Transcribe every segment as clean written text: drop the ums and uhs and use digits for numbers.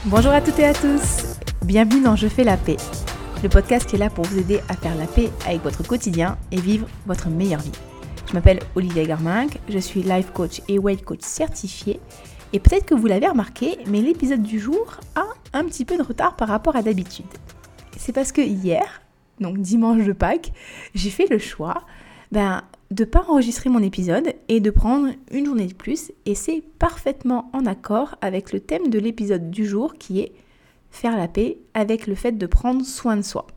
Bonjour à toutes et à tous, bienvenue dans Je fais la paix, le podcast qui est là pour vous aider à faire la paix avec votre quotidien et vivre votre meilleure vie. Je m'appelle Olivia Garminck, je suis life coach et weight coach certifiée et peut-être que vous l'avez remarqué, mais l'épisode du jour a un petit peu de retard par rapport à d'habitude. C'est parce que hier, donc dimanche de Pâques, j'ai fait le choix de ne pas enregistrer mon épisode et de prendre une journée de plus, et c'est parfaitement en accord avec le thème de l'épisode du jour qui est faire la paix avec le fait de prendre soin de soi.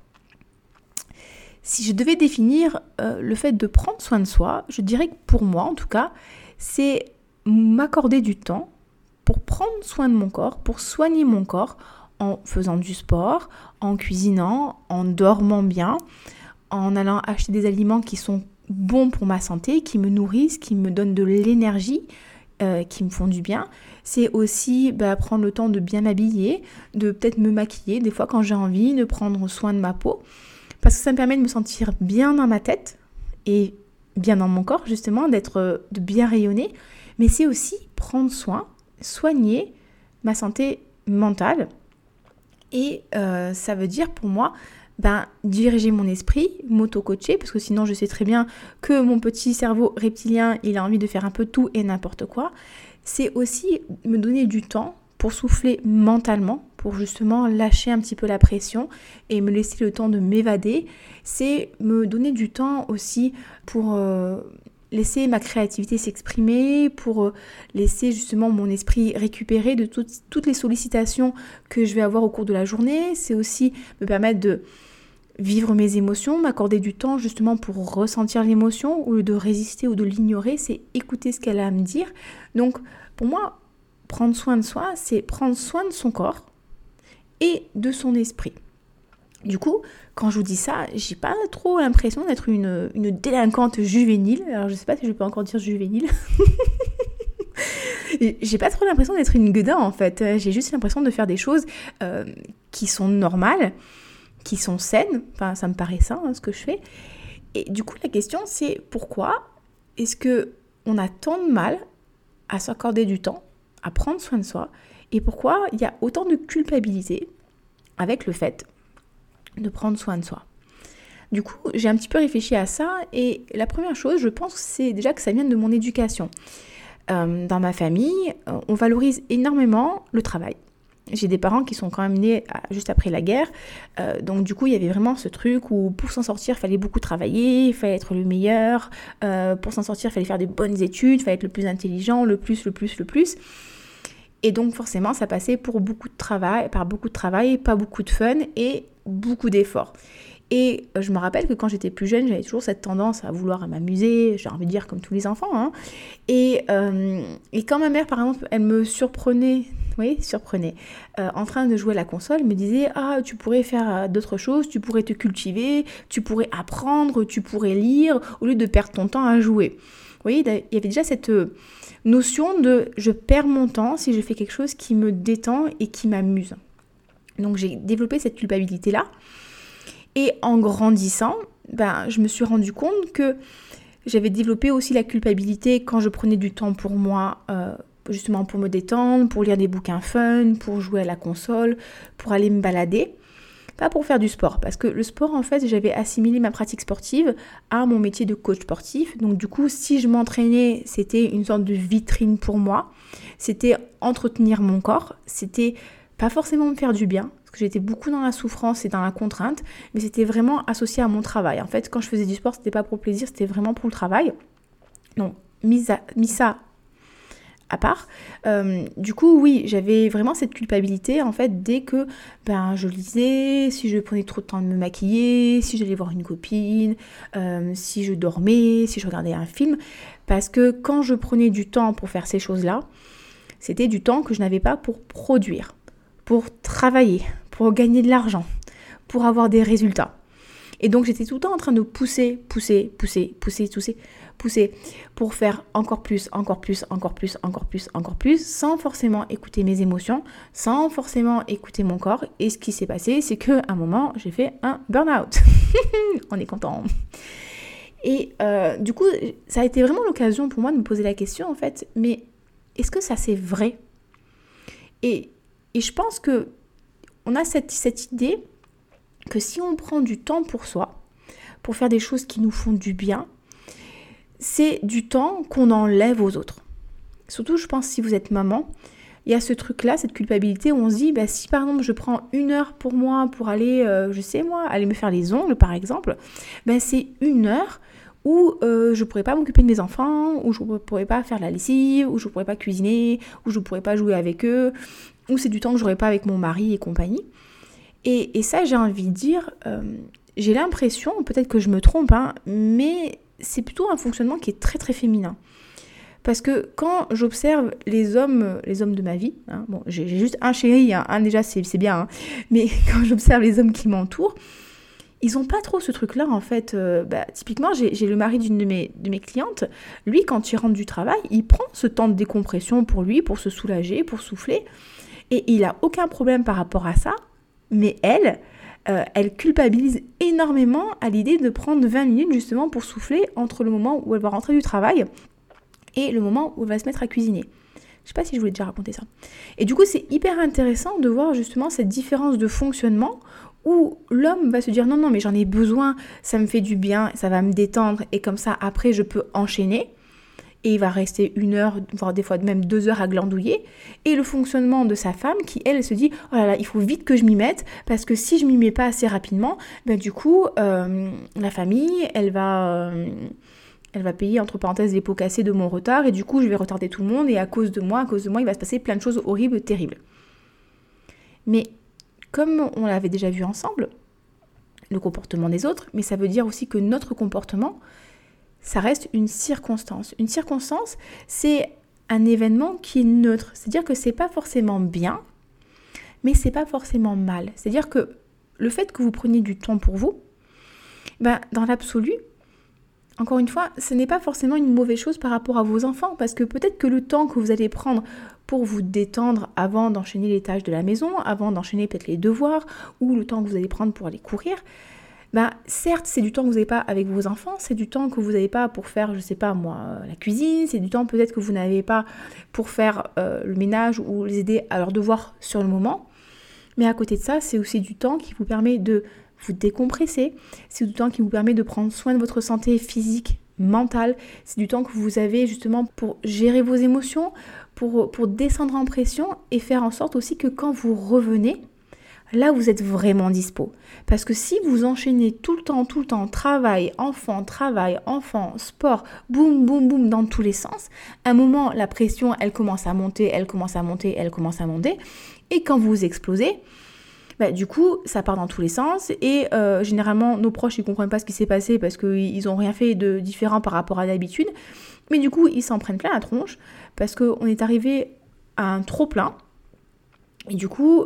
Si je devais définir le fait de prendre soin de soi, je dirais que pour moi en tout cas, c'est m'accorder du temps pour prendre soin de mon corps, pour soigner mon corps en faisant du sport, en cuisinant, en dormant bien, en allant acheter des aliments qui sont bons pour ma santé, qui me nourrissent, qui me donnent de l'énergie, qui me font du bien. C'est aussi prendre le temps de bien m'habiller, de peut-être me maquiller, des fois quand j'ai envie, de prendre soin de ma peau, parce que ça me permet de me sentir bien dans ma tête et bien dans mon corps, justement, de bien rayonner, mais c'est aussi prendre soin, soigner ma santé mentale, et ça veut dire pour moi diriger mon esprit, m'auto-coacher, parce que sinon je sais très bien que mon petit cerveau reptilien, il a envie de faire un peu tout et n'importe quoi. C'est aussi me donner du temps pour souffler mentalement, pour justement lâcher un petit peu la pression et me laisser le temps de m'évader. C'est me donner du temps aussi pour laisser ma créativité s'exprimer, pour laisser justement mon esprit récupérer de toutes les sollicitations que je vais avoir au cours de la journée. C'est aussi me permettre de vivre mes émotions, m'accorder du temps justement pour ressentir l'émotion au lieu de résister ou de l'ignorer, c'est écouter ce qu'elle a à me dire. Donc pour moi, prendre soin de soi, c'est prendre soin de son corps et de son esprit. Du coup, quand je vous dis ça, j'ai pas trop l'impression d'être une délinquante juvénile. Alors je sais pas si je peux encore dire juvénile. J'ai pas trop l'impression d'être une gueudin en fait. J'ai juste l'impression de faire des choses qui sont normales, qui sont saines. Enfin, ça me paraît sain ce que je fais. Et du coup, la question c'est pourquoi est-ce que on a tant de mal à s'accorder du temps, à prendre soin de soi, et pourquoi il y a autant de culpabilité avec le fait de prendre soin de soi. Du coup, j'ai un petit peu réfléchi à ça, et la première chose, je pense, c'est déjà que ça vient de mon éducation. Dans ma famille, on valorise énormément le travail. J'ai des parents qui sont quand même nés juste après la guerre, donc du coup, il y avait vraiment ce truc où pour s'en sortir, il fallait beaucoup travailler, il fallait être le meilleur, pour s'en sortir, il fallait faire des bonnes études, il fallait être le plus intelligent, le plus. Et donc forcément, ça passait par beaucoup de travail, pas beaucoup de fun et beaucoup d'efforts. Et je me rappelle que quand j'étais plus jeune, j'avais toujours cette tendance à vouloir m'amuser, j'ai envie de dire comme tous les enfants, hein. Et quand ma mère, par exemple, elle me surprenait, en train de jouer à la console, elle me disait « Ah, tu pourrais faire d'autres choses, tu pourrais te cultiver, tu pourrais apprendre, tu pourrais lire, au lieu de perdre ton temps à jouer. » Vous voyez, il y avait déjà cette notion de « je perds mon temps si je fais quelque chose qui me détend et qui m'amuse ». Donc j'ai développé cette culpabilité-là. Et en grandissant, je me suis rendu compte que j'avais développé aussi la culpabilité quand je prenais du temps pour moi, justement pour me détendre, pour lire des bouquins fun, pour jouer à la console, pour aller me balader. Pas pour faire du sport, parce que le sport, en fait, j'avais assimilé ma pratique sportive à mon métier de coach sportif. Donc du coup, si je m'entraînais, c'était une sorte de vitrine pour moi. C'était entretenir mon corps. C'était pas forcément me faire du bien, parce que j'étais beaucoup dans la souffrance et dans la contrainte, mais c'était vraiment associé à mon travail. En fait, quand je faisais du sport, c'était pas pour le plaisir, c'était vraiment pour le travail. Donc, mis ça à part. Du coup, oui, j'avais vraiment cette culpabilité, en fait, dès que je lisais, si je prenais trop de temps de me maquiller, si j'allais voir une copine, si je dormais, si je regardais un film, parce que quand je prenais du temps pour faire ces choses-là, c'était du temps que je n'avais pas pour produire, pour travailler, pour gagner de l'argent, pour avoir des résultats. Et donc j'étais tout le temps en train de pousser, pour faire encore plus, sans forcément écouter mes émotions, sans forcément écouter mon corps. Et ce qui s'est passé, c'est qu'à un moment, j'ai fait un burn-out. On est content. Et du coup, ça a été vraiment l'occasion pour moi de me poser la question, en fait, mais est-ce que ça c'est vrai ? Et Et je pense que on a cette idée que si on prend du temps pour soi, pour faire des choses qui nous font du bien, c'est du temps qu'on enlève aux autres. Surtout, je pense, si vous êtes maman, il y a ce truc-là, cette culpabilité où on se dit, si par exemple je prends 1 heure pour moi pour aller, aller me faire les ongles par exemple, c'est 1 heure où je ne pourrais pas m'occuper de mes enfants, où je ne pourrais pas faire la lessive, où je ne pourrais pas cuisiner, où je ne pourrais pas jouer avec eux, où c'est du temps que je n'aurais pas avec mon mari et compagnie. Et ça, j'ai envie de dire, j'ai l'impression, peut-être que je me trompe, mais c'est plutôt un fonctionnement qui est très très féminin. Parce que quand j'observe les hommes de ma vie, j'ai juste un chéri, un déjà c'est bien, mais quand j'observe les hommes qui m'entourent, ils n'ont pas trop ce truc-là en fait. Typiquement, j'ai le mari d'une de mes clientes, lui quand il rentre du travail, il prend ce temps de décompression pour lui, pour se soulager, pour souffler, et il n'a aucun problème par rapport à ça, mais elle culpabilise énormément à l'idée de prendre 20 minutes justement pour souffler entre le moment où elle va rentrer du travail et le moment où elle va se mettre à cuisiner. Je sais pas si je vous l'ai déjà raconté ça. Et du coup, c'est hyper intéressant de voir justement cette différence de fonctionnement où l'homme va se dire non, mais j'en ai besoin, ça me fait du bien, ça va me détendre et comme ça, après, je peux enchaîner. Et il va rester 1 heure, voire des fois même 2 heures à glandouiller. Et le fonctionnement de sa femme qui, elle, se dit « Oh là là, il faut vite que je m'y mette parce que si je m'y mets pas assez rapidement, du coup, la famille, elle va payer, entre parenthèses, les pots cassés de mon retard et du coup, je vais retarder tout le monde et à cause de moi, il va se passer plein de choses horribles, terribles. » Mais comme on l'avait déjà vu ensemble, le comportement des autres, mais ça veut dire aussi que notre comportement, ça reste une circonstance. Une circonstance, c'est un événement qui est neutre. C'est-à-dire que c'est pas forcément bien, mais c'est pas forcément mal. C'est-à-dire que le fait que vous preniez du temps pour vous, dans l'absolu, encore une fois, ce n'est pas forcément une mauvaise chose par rapport à vos enfants, parce que peut-être que le temps que vous allez prendre pour vous détendre avant d'enchaîner les tâches de la maison, avant d'enchaîner peut-être les devoirs, ou le temps que vous allez prendre pour aller courir, certes, c'est du temps que vous n'avez pas avec vos enfants, c'est du temps que vous n'avez pas pour faire, la cuisine, c'est du temps peut-être que vous n'avez pas pour faire le ménage ou les aider à leurs devoirs sur le moment. Mais à côté de ça, c'est aussi du temps qui vous permet de vous décompresser, c'est du temps qui vous permet de prendre soin de votre santé physique, mentale, c'est du temps que vous avez justement pour gérer vos émotions, pour descendre en pression et faire en sorte aussi que quand vous revenez, là, vous êtes vraiment dispo. Parce que si vous enchaînez tout le temps, travail, enfant, sport, boum, boum, boum, dans tous les sens, à un moment, la pression, elle commence à monter. Et quand vous explosez, du coup, ça part dans tous les sens. Et généralement, nos proches, ils ne comprennent pas ce qui s'est passé parce qu'ils n'ont rien fait de différent par rapport à d'habitude. Mais du coup, ils s'en prennent plein la tronche parce qu'on est arrivé à un trop-plein. Et du coup,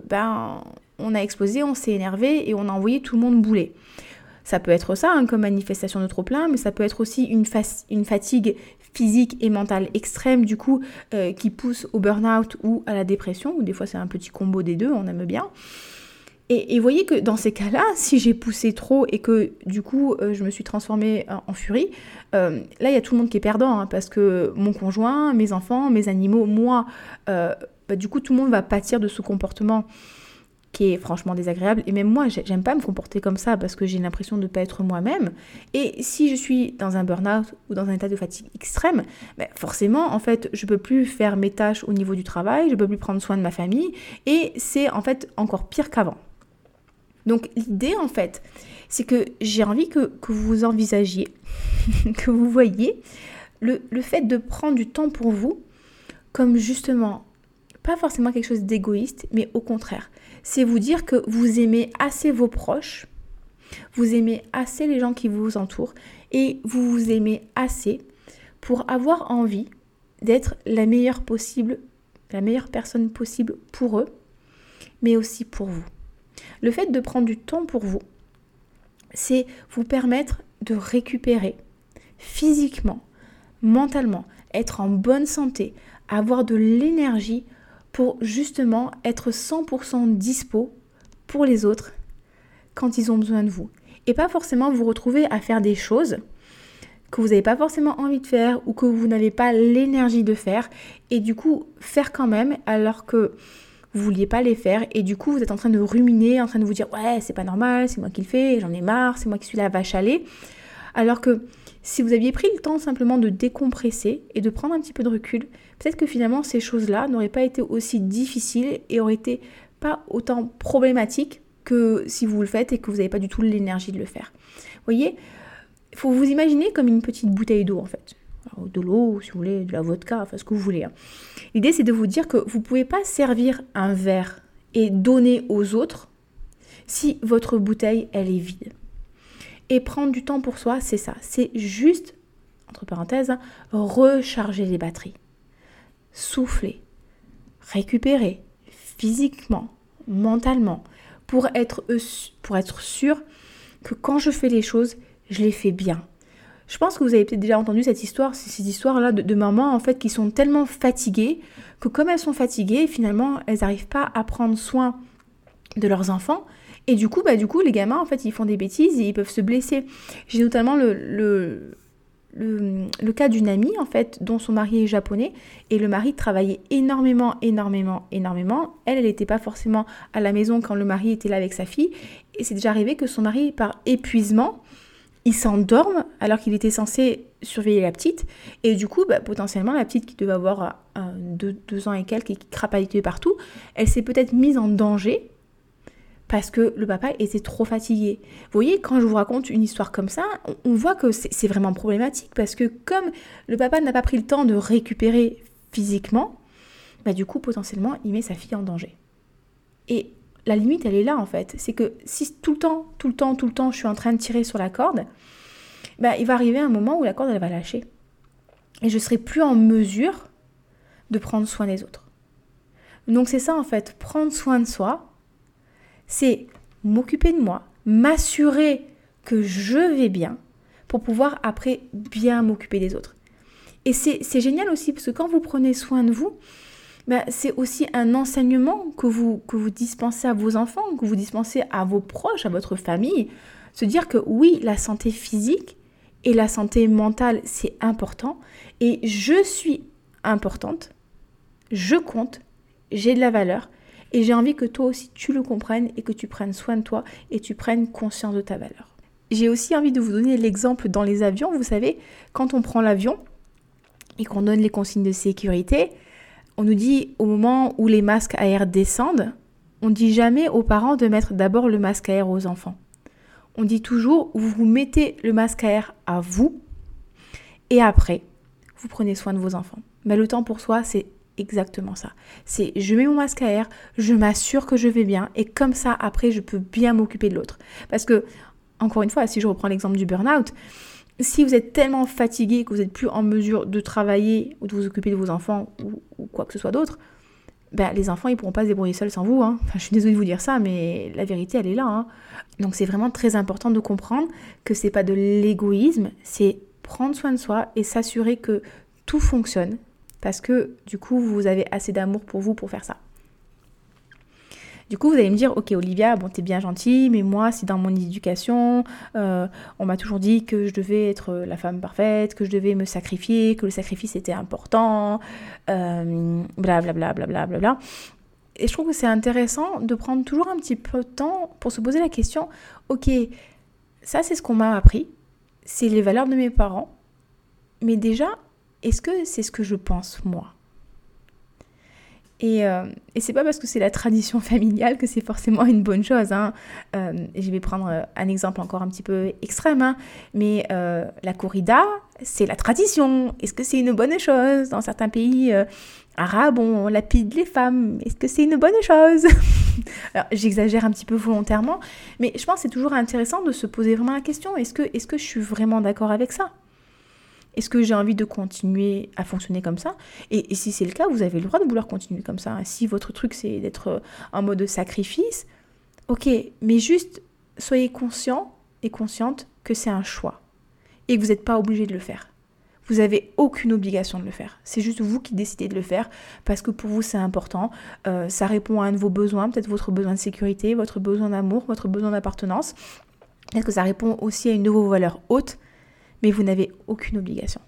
on a explosé, on s'est énervé et on a envoyé tout le monde bouler. Ça peut être ça comme manifestation de trop-plein, mais ça peut être aussi une fatigue physique et mentale extrême, du coup, qui pousse au burn-out ou à la dépression, ou des fois c'est un petit combo des deux, on aime bien. Et vous voyez que dans ces cas-là, si j'ai poussé trop et que du coup je me suis transformée en furie, là il y a tout le monde qui est perdant, parce que mon conjoint, mes enfants, mes animaux, moi, du coup tout le monde va pâtir de ce comportement qui est franchement désagréable. Et même moi, j'aime pas me comporter comme ça parce que j'ai l'impression de ne pas être moi-même. Et si je suis dans un burn-out ou dans un état de fatigue extrême, forcément, en fait, je peux plus faire mes tâches au niveau du travail, je peux plus prendre soin de ma famille et c'est en fait encore pire qu'avant. Donc l'idée, en fait, c'est que j'ai envie que vous envisagiez, que vous voyiez le fait de prendre du temps pour vous comme justement pas forcément quelque chose d'égoïste, mais au contraire. C'est vous dire que vous aimez assez vos proches, vous aimez assez les gens qui vous entourent et vous vous aimez assez pour avoir envie d'être la meilleure personne possible pour eux, mais aussi pour vous. Le fait de prendre du temps pour vous, c'est vous permettre de récupérer physiquement, mentalement, être en bonne santé, avoir de l'énergie pour justement être 100% dispo pour les autres quand ils ont besoin de vous. Et pas forcément vous retrouver à faire des choses que vous n'avez pas forcément envie de faire ou que vous n'avez pas l'énergie de faire et du coup faire quand même alors que vous vouliez pas les faire et du coup vous êtes en train de ruminer, en train de vous dire ouais c'est pas normal, c'est moi qui le fais, j'en ai marre, c'est moi qui suis la vache à lait. Alors que si vous aviez pris le temps simplement de décompresser et de prendre un petit peu de recul, peut-être que finalement ces choses-là n'auraient pas été aussi difficiles et auraient été pas autant problématiques que si vous le faites et que vous n'avez pas du tout l'énergie de le faire. Vous voyez, il faut vous imaginer comme une petite bouteille d'eau en fait. Alors, de l'eau, si vous voulez, de la vodka, enfin ce que vous voulez. Hein. L'idée c'est de vous dire que vous ne pouvez pas servir un verre et donner aux autres si votre bouteille elle est vide. Et prendre du temps pour soi, c'est ça. C'est juste, entre parenthèses, hein, recharger les batteries. Souffler, récupérer physiquement, mentalement, pour être sûr que quand je fais les choses, je les fais bien. Je pense que vous avez peut-être déjà entendu cette histoire, ces histoires-là de mamans en fait qui sont tellement fatiguées que comme elles sont fatiguées, finalement, elles n'arrivent pas à prendre soin de leurs enfants. Et du coup, les gamins, en fait, ils font des bêtises et ils peuvent se blesser. J'ai notamment le cas d'une amie, en fait, dont son mari est japonais. Et le mari travaillait énormément. Elle n'était pas forcément à la maison quand le mari était là avec sa fille. Et c'est déjà arrivé que son mari, par épuisement, il s'endorme alors qu'il était censé surveiller la petite. Et du coup, potentiellement, la petite qui devait avoir 2 ans et quelques et qui crapahutait partout, elle s'est peut-être mise en danger parce que le papa était trop fatigué. Vous voyez, quand je vous raconte une histoire comme ça, on voit que c'est vraiment problématique parce que comme le papa n'a pas pris le temps de récupérer physiquement, du coup, potentiellement, il met sa fille en danger. Et la limite, elle est là, en fait. C'est que si tout le temps, je suis en train de tirer sur la corde, il va arriver un moment où la corde, elle va lâcher. Et je ne serai plus en mesure de prendre soin des autres. Donc c'est ça, en fait, prendre soin de soi, c'est m'occuper de moi, m'assurer que je vais bien pour pouvoir après bien m'occuper des autres. Et c'est génial aussi parce que quand vous prenez soin de vous, c'est aussi un enseignement que vous dispensez à vos enfants, que vous dispensez à vos proches, à votre famille. Se dire que oui, la santé physique et la santé mentale, c'est important. Et je suis importante, je compte, j'ai de la valeur. Et j'ai envie que toi aussi tu le comprennes et que tu prennes soin de toi et tu prennes conscience de ta valeur. J'ai aussi envie de vous donner l'exemple dans les avions. Vous savez, quand on prend l'avion et qu'on donne les consignes de sécurité, on nous dit au moment où les masques à air descendent, on ne dit jamais aux parents de mettre d'abord le masque à air aux enfants. On dit toujours, vous mettez le masque à air à vous et après, vous prenez soin de vos enfants. Mais le temps pour soi, c'est exactement ça. C'est je mets mon masque à air, je m'assure que je vais bien et comme ça, après, je peux bien m'occuper de l'autre. Parce que, encore une fois, si je reprends l'exemple du burn-out, si vous êtes tellement fatigué que vous n'êtes plus en mesure de travailler ou de vous occuper de vos enfants ou quoi que ce soit d'autre, les enfants, ils ne pourront pas se débrouiller seuls sans vous. Hein. Enfin, je suis désolée de vous dire ça, mais la vérité, elle est là. Hein. Donc, c'est vraiment très important de comprendre que ce n'est pas de l'égoïsme, c'est prendre soin de soi et s'assurer que tout fonctionne parce que, du coup, vous avez assez d'amour pour vous pour faire ça. Du coup, vous allez me dire, ok Olivia, bon, t'es bien gentille, mais moi, c'est dans mon éducation, on m'a toujours dit que je devais être la femme parfaite, que je devais me sacrifier, que le sacrifice était important, blablabla, blablabla. Et je trouve que c'est intéressant de prendre toujours un petit peu de temps pour se poser la question, ok, ça c'est ce qu'on m'a appris, c'est les valeurs de mes parents, mais déjà, est-ce que c'est ce que je pense moi ? Et c'est pas parce que c'est la tradition familiale que c'est forcément une bonne chose. Hein. Je vais prendre un exemple encore un petit peu extrême, hein. Mais la corrida, c'est la tradition. Est-ce que c'est une bonne chose ? Dans certains pays arabes, on lapide les femmes. Est-ce que c'est une bonne chose ? Alors, j'exagère un petit peu volontairement, mais je pense que c'est toujours intéressant de se poser vraiment la question. Est-ce que je suis vraiment d'accord avec ça ? Est-ce que j'ai envie de continuer à fonctionner comme ça ? Et si c'est le cas, vous avez le droit de vouloir continuer comme ça. Si votre truc, c'est d'être en mode sacrifice, ok, mais juste soyez conscient et consciente que c'est un choix et que vous n'êtes pas obligé de le faire. Vous n'avez aucune obligation de le faire. C'est juste vous qui décidez de le faire parce que pour vous, c'est important. Ça répond à un de vos besoins, peut-être votre besoin de sécurité, votre besoin d'amour, votre besoin d'appartenance. Peut-être que ça répond aussi à une de vos valeurs hautes. Mais vous n'avez aucune obligation.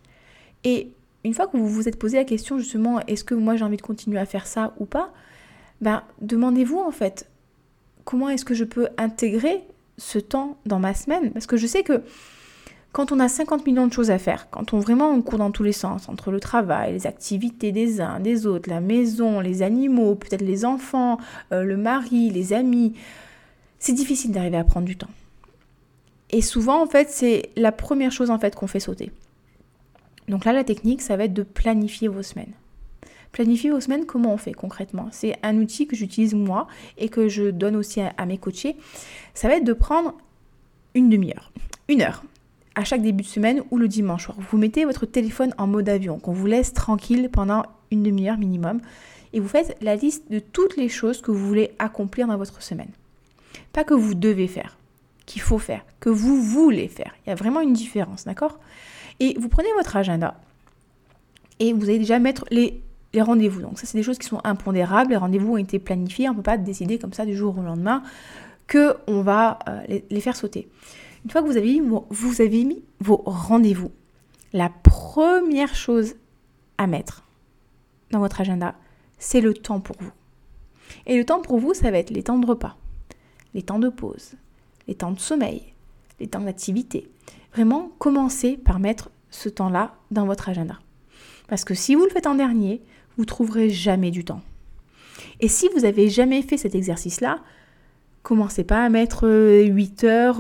Et une fois que vous vous êtes posé la question justement, est-ce que moi j'ai envie de continuer à faire ça ou pas ? demandez-vous en fait, comment est-ce que je peux intégrer ce temps dans ma semaine ? Parce que je sais que quand on a 50 millions de choses à faire, quand on court dans tous les sens, entre le travail, les activités des uns, des autres, la maison, les animaux, peut-être les enfants, le mari, les amis, c'est difficile d'arriver à prendre du temps. Et souvent, en fait, c'est la première chose en fait qu'on fait sauter. Donc là, la technique, ça va être de planifier vos semaines. Planifier vos semaines, comment on fait concrètement ? C'est un outil que j'utilise moi et que je donne aussi à mes coachés. Ça va être de prendre une demi-heure, 1 heure, à chaque début de semaine ou le dimanche soir. Vous mettez votre téléphone en mode avion, qu'on vous laisse tranquille pendant 1 demi-heure minimum. Et vous faites la liste de toutes les choses que vous voulez accomplir dans votre semaine. Pas que vous devez faire, qu'il faut faire, que vous voulez faire. Il y a vraiment une différence, d'accord ? Et vous prenez votre agenda et vous allez déjà mettre les rendez-vous. Donc ça, c'est des choses qui sont impondérables. Les rendez-vous ont été planifiés. On ne peut pas décider comme ça du jour au lendemain qu'on va les faire sauter. Une fois que vous avez mis vos rendez-vous, la première chose à mettre dans votre agenda, c'est le temps pour vous. Et le temps pour vous, ça va être les temps de repas, les temps de pause, les temps de sommeil, les temps d'activité. Vraiment, commencez par mettre ce temps-là dans votre agenda. Parce que si vous le faites en dernier, vous ne trouverez jamais du temps. Et si vous n'avez jamais fait cet exercice-là, commencez pas à mettre 8 heures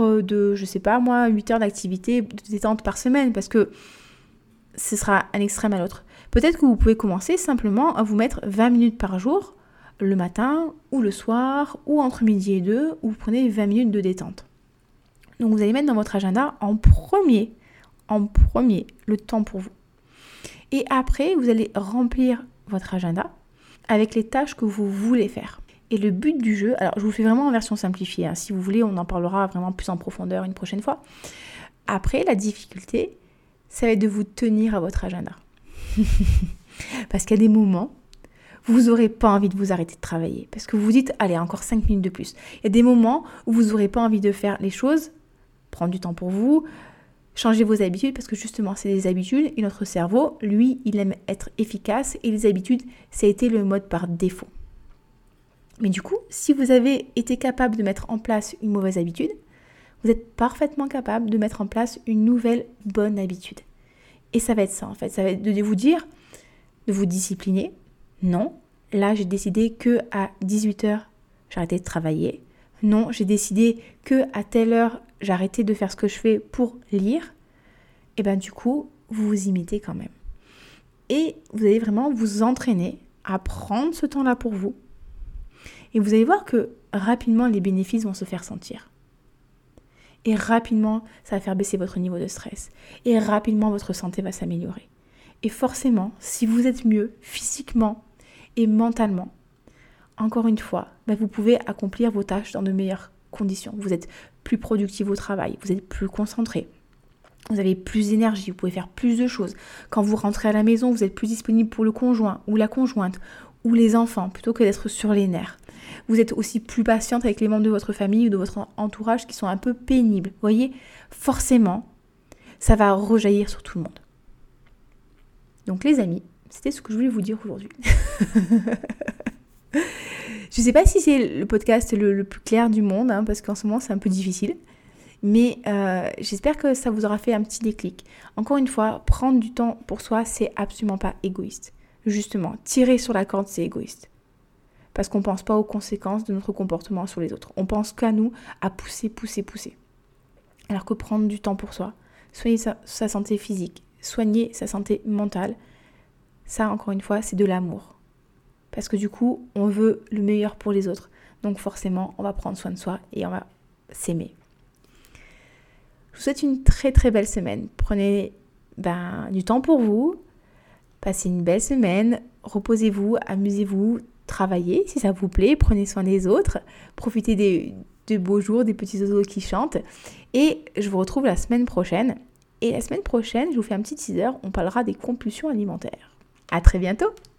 8 heures d'activité, de détente par semaine, parce que ce sera un extrême à l'autre. Peut-être que vous pouvez commencer simplement à vous mettre 20 minutes par jour, le matin ou le soir, ou entre midi et 2, où vous prenez 20 minutes de détente. Donc vous allez mettre dans votre agenda en premier le temps pour vous. Et après, vous allez remplir votre agenda avec les tâches que vous voulez faire. Et le but du jeu, alors je vous fais vraiment en version simplifiée, hein. Si vous voulez, on en parlera vraiment plus en profondeur une prochaine fois. Après, la difficulté, ça va être de vous tenir à votre agenda. Parce qu'il y a des moments, vous n'aurez pas envie de vous arrêter de travailler. Parce que vous vous dites, allez, encore 5 minutes de plus. Il y a des moments où vous n'aurez pas envie de faire les choses, prendre du temps pour vous, changer vos habitudes, parce que justement, c'est des habitudes. Et notre cerveau, lui, il aime être efficace. Et les habitudes, ça a été le mode par défaut. Mais du coup, si vous avez été capable de mettre en place une mauvaise habitude, vous êtes parfaitement capable de mettre en place une nouvelle bonne habitude. Et ça va être ça en fait, ça va être de vous dire, de vous discipliner. Non, là j'ai décidé que à 18h, j'arrêtais de travailler. Non, j'ai décidé que à telle heure, j'arrêtais de faire ce que je fais pour lire. Et bien du coup, vous vous imitez quand même. Et vous allez vraiment vous entraîner à prendre ce temps-là pour vous. Et vous allez voir que rapidement, les bénéfices vont se faire sentir. Et rapidement, ça va faire baisser votre niveau de stress. Et rapidement, votre santé va s'améliorer. Et forcément, si vous êtes mieux physiquement et mentalement, encore une fois, vous pouvez accomplir vos tâches dans de meilleures conditions. Vous êtes plus productif au travail, vous êtes plus concentré. Vous avez plus d'énergie, vous pouvez faire plus de choses. Quand vous rentrez à la maison, vous êtes plus disponible pour le conjoint ou la conjointe ou les enfants plutôt que d'être sur les nerfs. Vous êtes aussi plus patiente avec les membres de votre famille ou de votre entourage qui sont un peu pénibles. Vous voyez, forcément, ça va rejaillir sur tout le monde. Donc les amis, c'était ce que je voulais vous dire aujourd'hui. Je ne sais pas si c'est le podcast le plus clair du monde, parce qu'en ce moment c'est un peu difficile. Mais j'espère que ça vous aura fait un petit déclic. Encore une fois, prendre du temps pour soi, c'est absolument pas égoïste. Justement, tirer sur la corde, c'est égoïste. Parce qu'on ne pense pas aux conséquences de notre comportement sur les autres. On pense qu'à nous, à pousser. Alors que prendre du temps pour soi, soigner sa santé physique, soigner sa santé mentale, ça, encore une fois, c'est de l'amour. Parce que du coup, on veut le meilleur pour les autres. Donc forcément, on va prendre soin de soi et on va s'aimer. Je vous souhaite une très très belle semaine. Prenez du temps pour vous. Passez une belle semaine. Reposez-vous, amusez-vous, travaillez si ça vous plaît. Prenez soin des autres. Profitez des beaux jours, des petits oiseaux qui chantent. Et je vous retrouve la semaine prochaine. Et la semaine prochaine, je vous fais un petit teaser. On parlera des compulsions alimentaires. À très bientôt.